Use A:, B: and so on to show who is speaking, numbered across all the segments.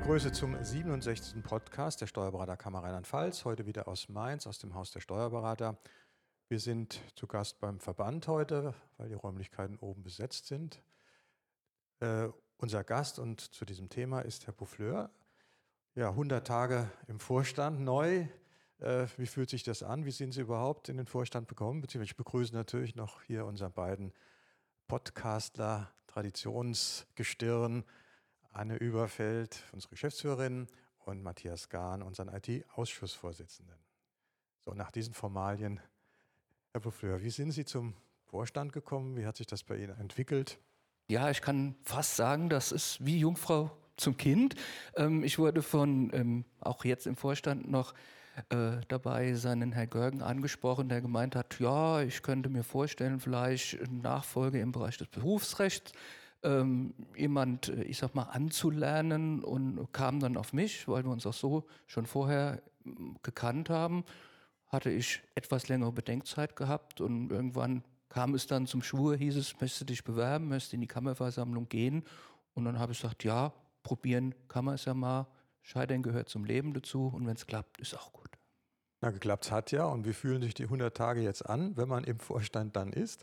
A: begrüße zum 67. Podcast der Steuerberaterkammer Rheinland-Pfalz, heute wieder aus Mainz, aus dem Haus der Steuerberater. Wir sind zu Gast beim Verband heute, weil die Räumlichkeiten oben besetzt sind. Unser Gast und zu diesem Thema ist Herr Bouffleur. Ja, 100 Tage im Vorstand, neu. Wie fühlt sich das an? Wie sind Sie überhaupt in den Vorstand gekommen? Beziehungsweise ich begrüße natürlich noch hier unsere beiden Podcastler, Traditionsgestirn, Anne Überfeld, unsere Geschäftsführerin, und Matthias Gahn, unseren IT-Ausschussvorsitzenden. So, nach diesen Formalien, Herr Bouffleur, wie sind Sie zum Vorstand gekommen? Wie hat sich das bei Ihnen entwickelt?
B: Ja, ich kann fast sagen, das ist wie Jungfrau zum Kind. Ich wurde von, auch jetzt im Vorstand noch dabei, seinen Herrn Görgen angesprochen, der gemeint hat, ja, ich könnte mir vorstellen, vielleicht eine Nachfolge im Bereich des Berufsrechts, jemand, ich sag mal, anzulernen, und kam dann auf mich, weil wir uns auch so schon vorher gekannt haben. Hatte ich etwas längere Bedenkzeit gehabt und irgendwann kam es dann zum Schwur, hieß es, möchtest du dich bewerben, möchtest du in die Kammerversammlung gehen? Und dann habe ich gesagt, ja, probieren kann man es ja mal. Scheitern gehört zum Leben dazu, und wenn es klappt, ist auch gut.
A: Na, geklappt hat ja. Und wie fühlen sich die 100 Tage jetzt an, wenn man im Vorstand dann ist?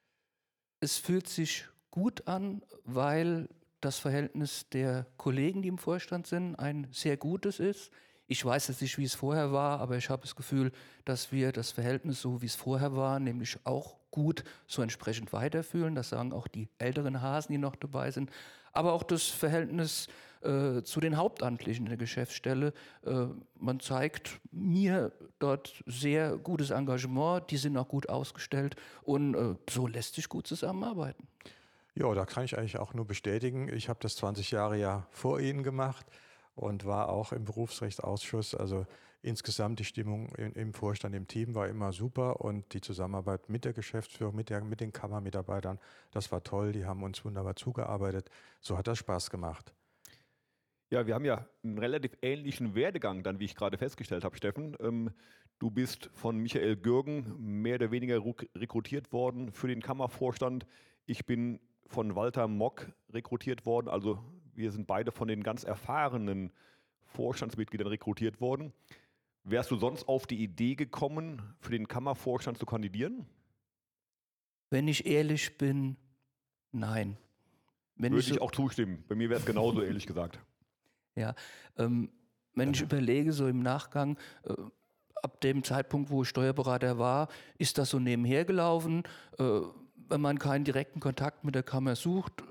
B: Es fühlt sich gut an, weil das Verhältnis der Kollegen, die im Vorstand sind, ein sehr gutes ist. Ich weiß jetzt nicht, wie es vorher war, aber ich habe das Gefühl, dass wir das Verhältnis, so wie es vorher war, nämlich auch gut so entsprechend weiterfühlen. Das sagen auch die älteren Hasen, die noch dabei sind. Aber auch das Verhältnis zu den Hauptamtlichen in der Geschäftsstelle. Man zeigt mir dort sehr gutes Engagement, die sind auch gut ausgestellt, und so lässt sich gut zusammenarbeiten.
A: Ja, da kann ich eigentlich auch nur bestätigen. Ich habe das 20 Jahre ja vor Ihnen gemacht und war auch im Berufsrechtsausschuss. Also insgesamt die Stimmung im Vorstand, im Team war immer super, und die Zusammenarbeit mit der Geschäftsführung, mit den Kammermitarbeitern, das war toll. Die haben uns wunderbar zugearbeitet. So hat das Spaß gemacht.
C: Ja, wir haben ja einen relativ ähnlichen Werdegang dann, wie ich gerade festgestellt habe, Steffen. Du bist von Michael Görgen mehr oder weniger rekrutiert worden für den Kammervorstand. Ich bin von Walter Mock rekrutiert worden. Also wir sind beide von den ganz erfahrenen Vorstandsmitgliedern rekrutiert worden. Wärst du sonst auf die Idee gekommen, für den Kammervorstand zu kandidieren?
B: Wenn ich ehrlich bin, nein.
C: Würde ich auch zustimmen. Bei mir wäre es genauso, ehrlich gesagt.
B: Ja, wenn ich überlege, so im Nachgang, ab dem Zeitpunkt, wo ich Steuerberater war, ist das so nebenher gelaufen. Wenn man keinen direkten Kontakt mit der Kammer sucht,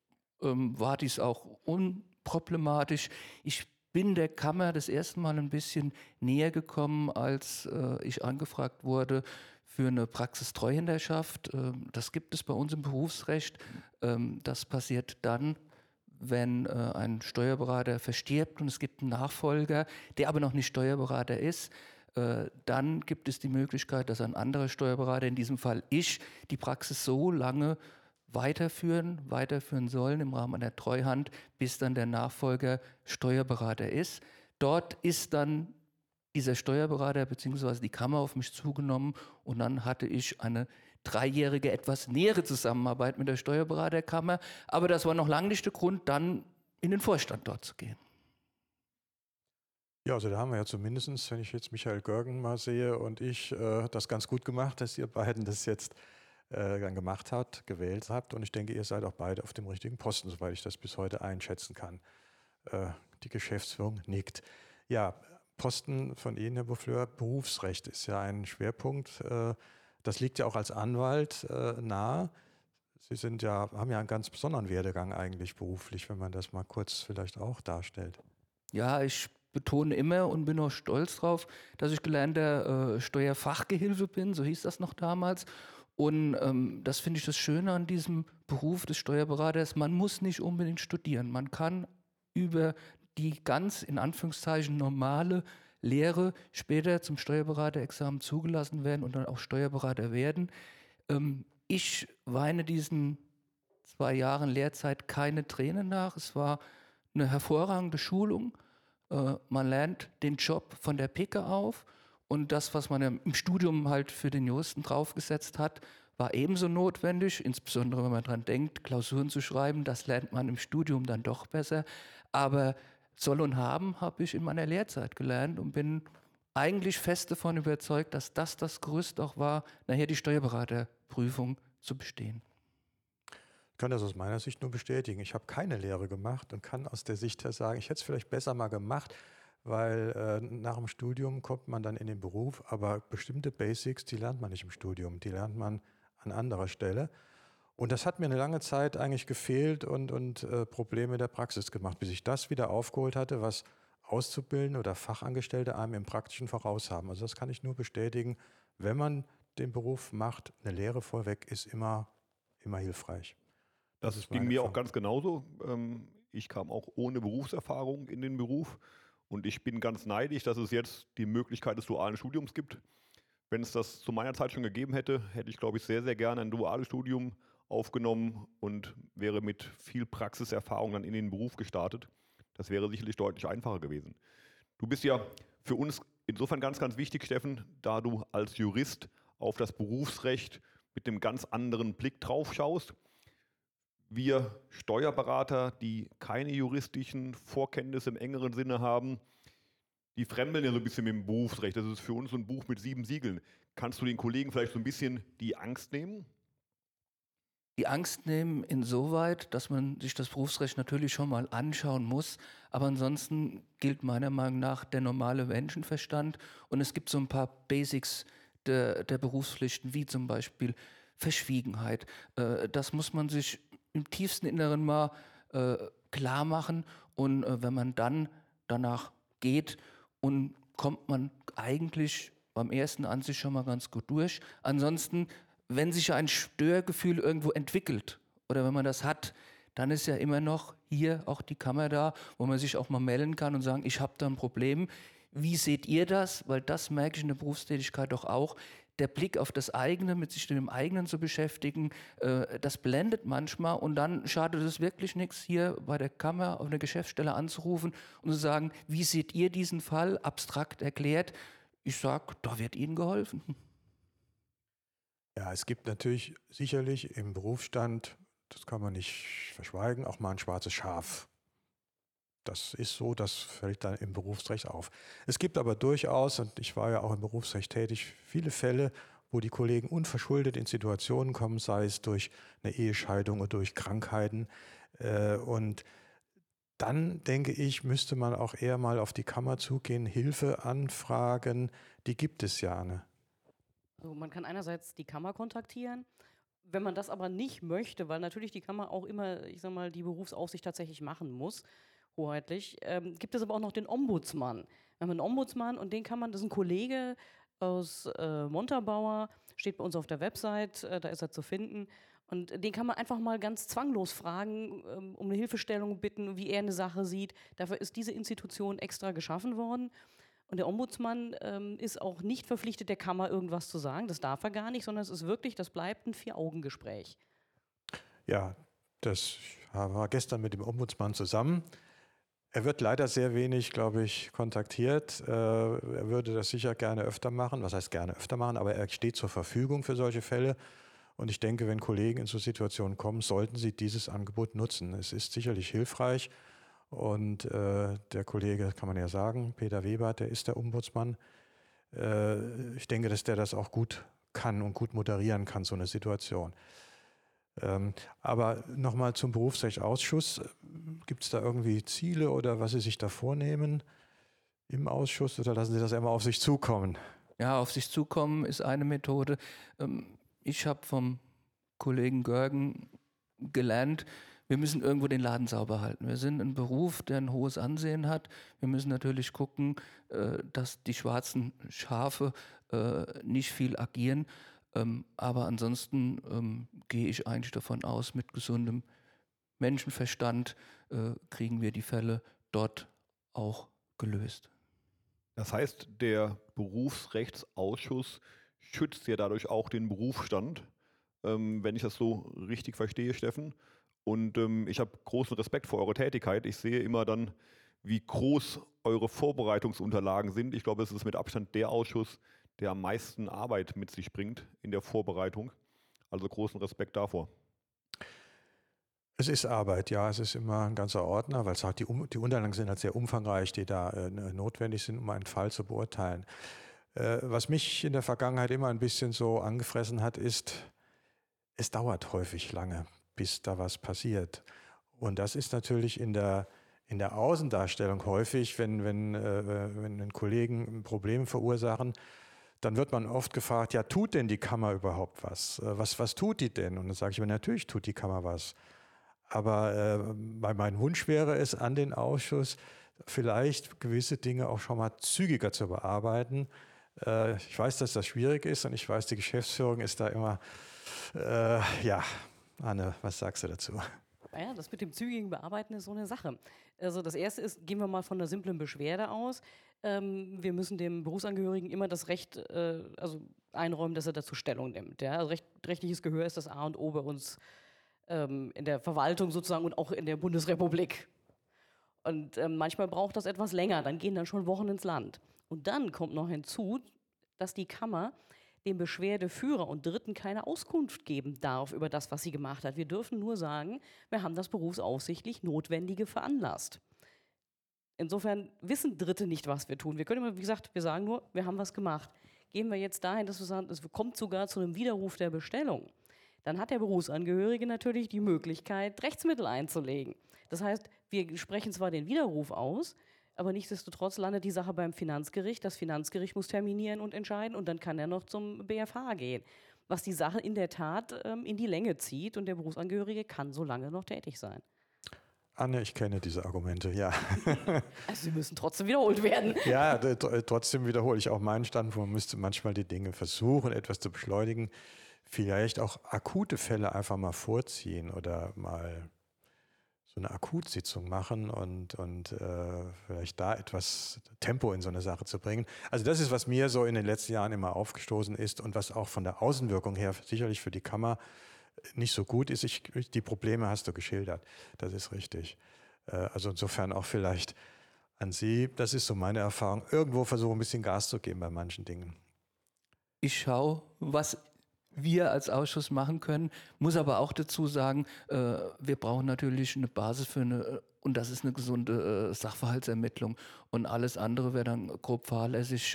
B: war dies auch unproblematisch. Ich bin der Kammer das erste Mal ein bisschen näher gekommen, als ich angefragt wurde für eine Praxistreuhänderschaft. Das gibt es bei uns im Berufsrecht. Das passiert dann, wenn ein Steuerberater verstirbt und es gibt einen Nachfolger, der aber noch nicht Steuerberater ist. Dann gibt es die Möglichkeit, dass ein anderer Steuerberater, in diesem Fall ich, die Praxis so lange weiterführen sollen im Rahmen einer Treuhand, bis dann der Nachfolger Steuerberater ist. Dort ist dann dieser Steuerberater bzw. die Kammer auf mich zugenommen, und dann hatte ich eine 3-jährige, etwas nähere Zusammenarbeit mit der Steuerberaterkammer. Aber das war noch lange nicht der Grund, dann in den Vorstand dort zu gehen.
A: Ja, also da haben wir ja zumindest, wenn ich jetzt Michael Görgen mal sehe und ich, das ganz gut gemacht, dass ihr beiden das jetzt dann gewählt habt. Und ich denke, ihr seid auch beide auf dem richtigen Posten, soweit ich das bis heute einschätzen kann. Die Geschäftsführung nickt. Ja, Posten von Ihnen, Herr Bouffleur, Berufsrecht ist ja ein Schwerpunkt. Das liegt ja auch als Anwalt nahe. Sie haben ja einen ganz besonderen Werdegang eigentlich beruflich, wenn man das mal kurz vielleicht auch darstellt.
B: Ja, ich betone immer und bin auch stolz drauf, dass ich gelernter Steuerfachgehilfe bin, so hieß das noch damals. Und das finde ich das Schöne an diesem Beruf des Steuerberaters. Man muss nicht unbedingt studieren. Man kann über die ganz in Anführungszeichen normale Lehre später zum Steuerberaterexamen zugelassen werden und dann auch Steuerberater werden. Ich weine diesen 2 Jahren Lehrzeit keine Tränen nach. Es war eine hervorragende Schulung. Man lernt den Job von der Pike auf, und das, was man im Studium halt für den Juristen draufgesetzt hat, war ebenso notwendig, insbesondere wenn man dran denkt, Klausuren zu schreiben. Das lernt man im Studium dann doch besser. Aber Soll und Haben habe ich in meiner Lehrzeit gelernt und bin eigentlich fest davon überzeugt, dass das Gerüst auch war, nachher die Steuerberaterprüfung zu bestehen.
A: Ich kann das aus meiner Sicht nur bestätigen. Ich habe keine Lehre gemacht und kann aus der Sicht her sagen, ich hätte es vielleicht besser mal gemacht, weil nach dem Studium kommt man dann in den Beruf, aber bestimmte Basics, die lernt man nicht im Studium, die lernt man an anderer Stelle. Und das hat mir eine lange Zeit eigentlich gefehlt und Probleme in der Praxis gemacht, bis ich das wieder aufgeholt hatte, was Auszubildende oder Fachangestellte einem im Praktischen voraus haben. Also das kann ich nur bestätigen, wenn man den Beruf macht, eine Lehre vorweg ist immer hilfreich.
C: Das ging mir auch ganz genauso. Ich kam auch ohne Berufserfahrung in den Beruf und ich bin ganz neidisch, dass es jetzt die Möglichkeit des dualen Studiums gibt. Wenn es das zu meiner Zeit schon gegeben hätte, hätte ich, glaube ich, sehr, sehr gerne ein duales Studium aufgenommen und wäre mit viel Praxiserfahrung dann in den Beruf gestartet. Das wäre sicherlich deutlich einfacher gewesen. Du bist ja für uns insofern ganz, ganz wichtig, Steffen, da du als Jurist auf das Berufsrecht mit einem ganz anderen Blick drauf schaust. Wir Steuerberater, die keine juristischen Vorkenntnisse im engeren Sinne haben, die fremdeln ja so ein bisschen mit dem Berufsrecht. Das ist für uns so ein Buch mit 7 Siegeln. Kannst du den Kollegen vielleicht so ein bisschen die Angst nehmen?
B: Die Angst nehmen insoweit, dass man sich das Berufsrecht natürlich schon mal anschauen muss, aber ansonsten gilt meiner Meinung nach der normale Menschenverstand und es gibt so ein paar Basics der Berufspflichten, wie zum Beispiel Verschwiegenheit. Das muss man sich im tiefsten Inneren mal klar machen und wenn man dann danach geht und kommt man eigentlich beim ersten Ansicht schon mal ganz gut durch. Ansonsten, wenn sich ein Störgefühl irgendwo entwickelt oder wenn man das hat, dann ist ja immer noch hier auch die Kammer da, wo man sich auch mal melden kann und sagen, ich habe da ein Problem. Wie seht ihr das? Weil das merke ich in der Berufstätigkeit doch auch. Der Blick auf das eigene, mit sich mit dem eigenen zu beschäftigen, das blendet manchmal und dann schadet es wirklich nichts, hier bei der Kammer auf einer Geschäftsstelle anzurufen und zu sagen, wie seht ihr diesen Fall, abstrakt erklärt. Ich sage, da wird Ihnen geholfen.
A: Ja, es gibt natürlich sicherlich im Berufsstand, das kann man nicht verschweigen, auch mal ein schwarzes Schaf. Das ist so, das fällt dann im Berufsrecht auf. Es gibt aber durchaus, und ich war ja auch im Berufsrecht tätig, viele Fälle, wo die Kollegen unverschuldet in Situationen kommen, sei es durch eine Ehescheidung oder durch Krankheiten. Und dann, denke ich, müsste man auch eher mal auf die Kammer zugehen, Hilfe anfragen, die gibt es ja, ne?
D: Also man kann einerseits die Kammer kontaktieren, wenn man das aber nicht möchte, weil natürlich die Kammer auch immer, ich sag mal, die Berufsaufsicht tatsächlich machen muss, hoheitlich, gibt es aber auch noch den Ombudsmann. Wir haben einen Ombudsmann und den kann man, das ist ein Kollege aus Montabaur, steht bei uns auf der Website, da ist er zu finden. Und den kann man einfach mal ganz zwanglos fragen, um eine Hilfestellung bitten, wie er eine Sache sieht. Dafür ist diese Institution extra geschaffen worden. Und der Ombudsmann ist auch nicht verpflichtet, der Kammer irgendwas zu sagen. Das darf er gar nicht, sondern es ist wirklich, das bleibt ein 4-Augen-Gespräch.
A: Ja, das war gestern mit dem Ombudsmann zusammen. Er wird leider sehr wenig, glaube ich, kontaktiert. Er würde das sicher gerne öfter machen. Was heißt gerne öfter machen? Aber er steht zur Verfügung für solche Fälle. Und ich denke, wenn Kollegen in so Situationen kommen, sollten sie dieses Angebot nutzen. Es ist sicherlich hilfreich. Und der Kollege, kann man ja sagen, Peter Weber, der ist der Ombudsmann. Ich denke, dass der das auch gut kann und gut moderieren kann, so eine Situation. Aber nochmal zum Berufsrechtsausschuss. Gibt es da irgendwie Ziele oder was Sie sich da vornehmen im Ausschuss oder lassen Sie das immer auf sich zukommen?
B: Ja, auf sich zukommen ist eine Methode. Ich habe vom Kollegen Görgen gelernt, wir müssen irgendwo den Laden sauber halten. Wir sind ein Beruf, der ein hohes Ansehen hat. Wir müssen natürlich gucken, dass die schwarzen Schafe nicht viel agieren. Aber ansonsten gehe ich eigentlich davon aus, mit gesundem Menschenverstand kriegen wir die Fälle dort auch gelöst.
C: Das heißt, der Berufsrechtsausschuss schützt ja dadurch auch den Berufsstand, wenn ich das so richtig verstehe, Steffen. Und ich habe großen Respekt vor eurer Tätigkeit. Ich sehe immer dann, wie groß eure Vorbereitungsunterlagen sind. Ich glaube, es ist mit Abstand der Ausschuss, der am meisten Arbeit mit sich bringt in der Vorbereitung. Also großen Respekt davor.
A: Es ist Arbeit, ja. Es ist immer ein ganzer Ordner, weil es auch die Unterlagen sind halt sehr umfangreich, die da notwendig sind, um einen Fall zu beurteilen. Was mich in der Vergangenheit immer ein bisschen so angefressen hat, ist, es dauert häufig lange, bis da was passiert. Und das ist natürlich in der Außendarstellung häufig, wenn Kollegen Probleme verursachen, dann wird man oft gefragt, ja, tut denn die Kammer überhaupt was? Was tut die denn? Und dann sage ich mir, natürlich tut die Kammer was. Aber mein Wunsch wäre es an den Ausschuss, vielleicht gewisse Dinge auch schon mal zügiger zu bearbeiten. Ich weiß, dass das schwierig ist und ich weiß, die Geschäftsführung ist da immer, ja, Anne, was sagst du dazu?
D: Ja, das mit dem zügigen Bearbeiten ist so eine Sache. Also das Erste ist, gehen wir mal von einer simplen Beschwerde aus. Wir müssen dem Berufsangehörigen immer das Recht einräumen, dass er dazu Stellung nimmt. Ja? Also rechtliches Gehör ist das A und O bei uns in der Verwaltung sozusagen und auch in der Bundesrepublik. Und manchmal braucht das etwas länger, dann gehen dann schon Wochen ins Land. Und dann kommt noch hinzu, dass die Kammer dem Beschwerdeführer und Dritten keine Auskunft geben darf über das, was sie gemacht hat. Wir dürfen nur sagen, wir haben das berufsaufsichtlich Notwendige veranlasst. Insofern wissen Dritte nicht, was wir tun. Wir können immer, wie gesagt, wir sagen nur, wir haben was gemacht. Gehen wir jetzt dahin, dass wir sagen, es kommt sogar zu einem Widerruf der Bestellung. Dann hat der Berufsangehörige natürlich die Möglichkeit, Rechtsmittel einzulegen. Das heißt, wir sprechen zwar den Widerruf aus, aber nichtsdestotrotz landet die Sache beim Finanzgericht. Das Finanzgericht muss terminieren und entscheiden und dann kann er noch zum BFH gehen. Was die Sache in der Tat in die Länge zieht und der Berufsangehörige kann so lange noch tätig sein.
A: Anne, ich kenne diese Argumente, ja.
D: Also sie müssen trotzdem wiederholt werden.
A: Ja, trotzdem wiederhole ich auch meinen Standpunkt. Man müsste manchmal die Dinge versuchen, etwas zu beschleunigen. Vielleicht auch akute Fälle einfach mal vorziehen oder mal so eine Akutsitzung machen und vielleicht da etwas Tempo in so eine Sache zu bringen. Also das ist, was mir so in den letzten Jahren immer aufgestoßen ist und was auch von der Außenwirkung her sicherlich für die Kammer nicht so gut ist. Die Probleme hast du geschildert, das ist richtig. Also insofern auch vielleicht an Sie, das ist so meine Erfahrung, irgendwo versuchen ein bisschen Gas zu geben bei manchen Dingen.
B: Ich schaue, was wir als Ausschuss machen können, muss aber auch dazu sagen, wir brauchen natürlich eine Basis und das ist eine gesunde Sachverhaltsermittlung und alles andere wäre dann grob fahrlässig,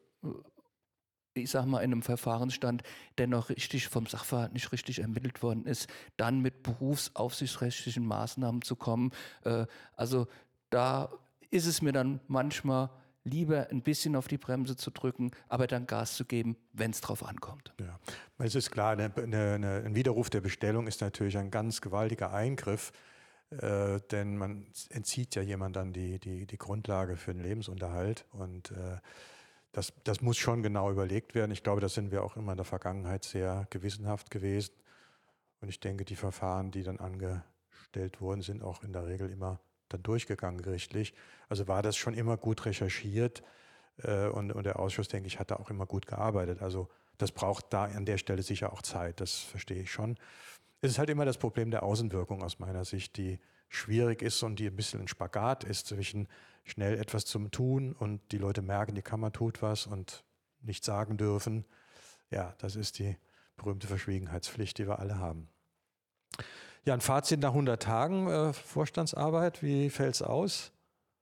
B: ich sag mal in einem Verfahrensstand, der noch richtig vom Sachverhalt nicht richtig ermittelt worden ist, dann mit berufsaufsichtsrechtlichen Maßnahmen zu kommen. Also da ist es mir dann manchmal lieber ein bisschen auf die Bremse zu drücken, aber dann Gas zu geben, wenn es drauf ankommt.
A: Ja, es ist klar, ein Widerruf der Bestellung ist natürlich ein ganz gewaltiger Eingriff, denn man entzieht ja jemand dann die Grundlage für den Lebensunterhalt und das muss schon genau überlegt werden. Ich glaube, da sind wir auch immer in der Vergangenheit sehr gewissenhaft gewesen und ich denke, die Verfahren, die dann angestellt wurden, sind auch in der Regel immer dann durchgegangen gerichtlich. Also war das schon immer gut recherchiert und der Ausschuss, denke ich, hat da auch immer gut gearbeitet. Also das braucht da an der Stelle sicher auch Zeit, das verstehe ich schon. Es ist halt immer das Problem der Außenwirkung aus meiner Sicht, die schwierig ist und die ein bisschen ein Spagat ist zwischen schnell etwas zum Tun und die Leute merken, die Kammer tut was und nicht sagen dürfen. Ja, das ist die berühmte Verschwiegenheitspflicht, die wir alle haben. Ja, ein Fazit nach 100 Tagen Vorstandsarbeit, wie fällt es aus?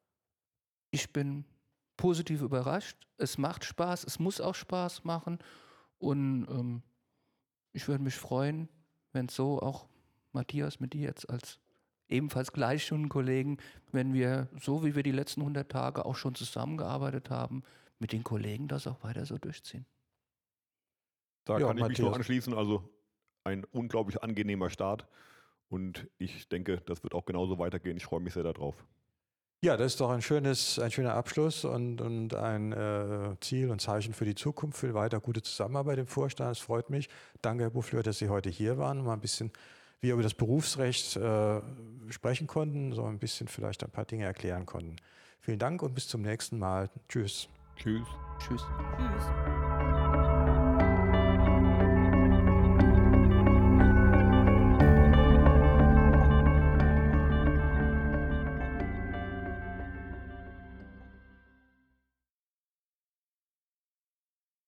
B: Ich bin positiv überrascht. Es macht Spaß, es muss auch Spaß machen und ich würde mich freuen, wenn so auch Matthias mit dir jetzt als ebenfalls Gleichstundenkollegen, wenn wir, so wie wir die letzten 100 Tage auch schon zusammengearbeitet haben, mit den Kollegen das auch weiter so durchziehen.
C: Da
A: Ja,
C: kann ich mich
A: Matthias.
C: nur anschließen, also ein unglaublich angenehmer Start und ich denke, das wird auch genauso weitergehen. Ich freue mich sehr darauf.
A: Ja, das ist doch ein schöner Abschluss und ein Ziel und Zeichen für die Zukunft, für weiter gute Zusammenarbeit im Vorstand. Es freut mich. Danke, Herr Buffleur, dass Sie heute hier waren und mal ein bisschen wir über das Berufsrecht sprechen konnten, so ein bisschen vielleicht ein paar Dinge erklären konnten. Vielen Dank und bis zum nächsten Mal. Tschüss.
C: Tschüss.
B: Tschüss.
D: Tschüss.